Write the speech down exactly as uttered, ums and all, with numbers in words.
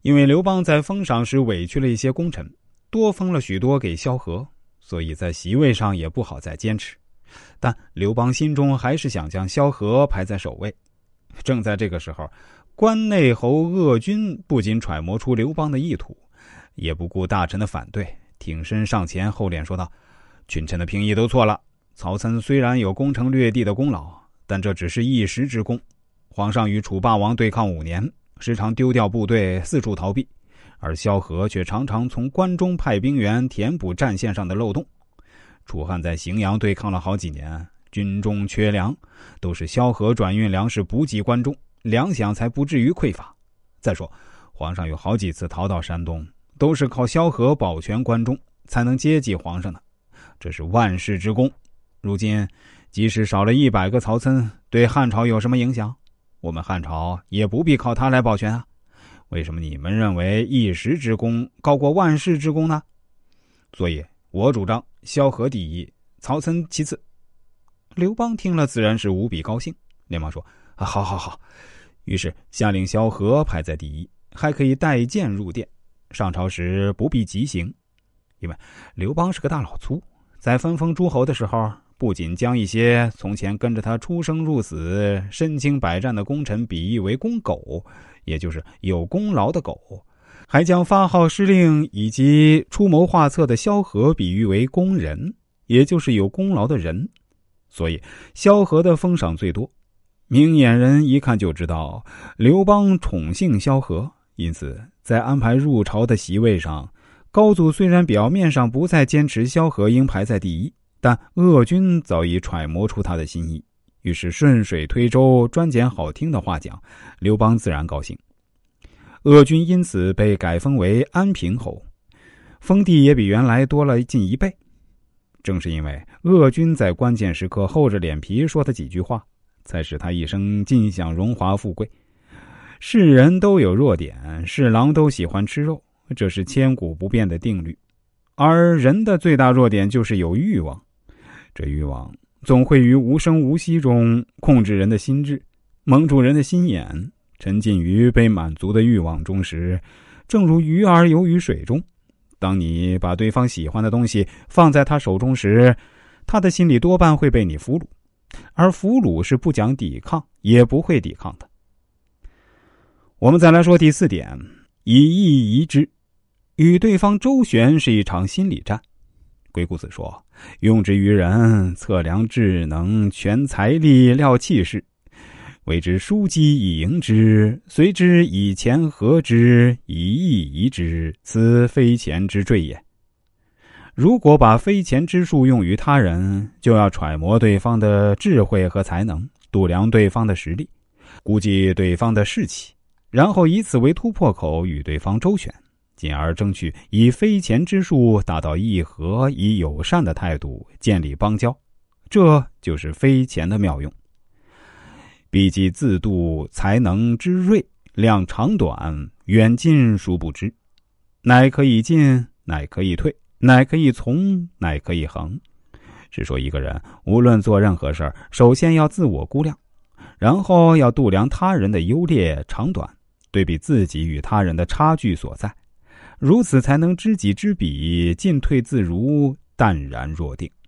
因为刘邦在封赏时委屈了一些功臣，多封了许多给萧何，所以在席位上也不好再坚持。但刘邦心中还是想将萧何排在首位。正在这个时候，关内侯鄂军不仅揣摩出刘邦的意图，也不顾大臣的反对，挺身上前厚脸说道：群臣的评议都错了，曹参虽然有攻城略地的功劳，但这只是一时之功。皇上与楚霸王对抗五年，时常丢掉部队四处逃避，而萧何却常常从关中派兵员填补战线上的漏洞。楚汉在荥阳对抗了好几年，军中缺粮，都是萧何转运粮食补给关中，粮饷才不至于匮乏。再说皇上有好几次逃到山东，都是靠萧何保全关中才能接济皇上的，这是万世之功。如今即使少了一百个曹参，对汉朝有什么影响？我们汉朝也不必靠他来保全啊。为什么你们认为一时之功高过万世之功呢？所以我主张萧何第一，曹参其次。刘邦听了自然是无比高兴，连忙说：啊，好好好。于是下令萧何排在第一，还可以带剑入殿，上朝时不必急行。因为刘邦是个大老粗，在分封诸侯的时候，不仅将一些从前跟着他出生入死、身经百战的功臣比喻为公狗，也就是有功劳的狗，还将发号施令以及出谋划策的萧何比喻为公人，也就是有功劳的人。所以萧何的封赏最多。明眼人一看就知道刘邦宠幸萧何，因此在安排入朝的席位上，高祖虽然表面上不再坚持萧何应排在第一，但鄂军早已揣摩出他的心意，于是顺水推舟，专捡好听的话讲，刘邦自然高兴。鄂军因此被改封为安平侯，封地也比原来多了近一倍。正是因为鄂军在关键时刻厚着脸皮说的几句话，才使他一生尽享荣华富贵。是人都有弱点，是狼都喜欢吃肉，这是千古不变的定律。而人的最大弱点就是有欲望，这欲望总会于无声无息中控制人的心智，蒙住人的心眼。沉浸于被满足的欲望中时，正如鱼儿游于水中，当你把对方喜欢的东西放在他手中时，他的心里多半会被你俘虏，而俘虏是不讲抵抗也不会抵抗的。我们再来说第四点，以义宜之。与对方周旋是一场心理战。鬼谷子说：用之于人，测量智能，全财力，料气势，为之枢机以迎之，随之以钱合之，以义宜之，此非钱之坠也。如果把非钱之术用于他人，就要揣摩对方的智慧和才能，度量对方的实力，估计对方的士气，然后以此为突破口与对方周旋，进而争取以非钱之术达到议和，以友善的态度建立邦交，这就是非钱的妙用。必即自度才能之锐，量长短，远近殊不知，乃可以进，乃可以退，乃可以从，乃可以横。是说一个人无论做任何事，首先要自我估量，然后要度量他人的优劣长短，对比自己与他人的差距所在，如此才能知己知彼，进退自如，淡然若定。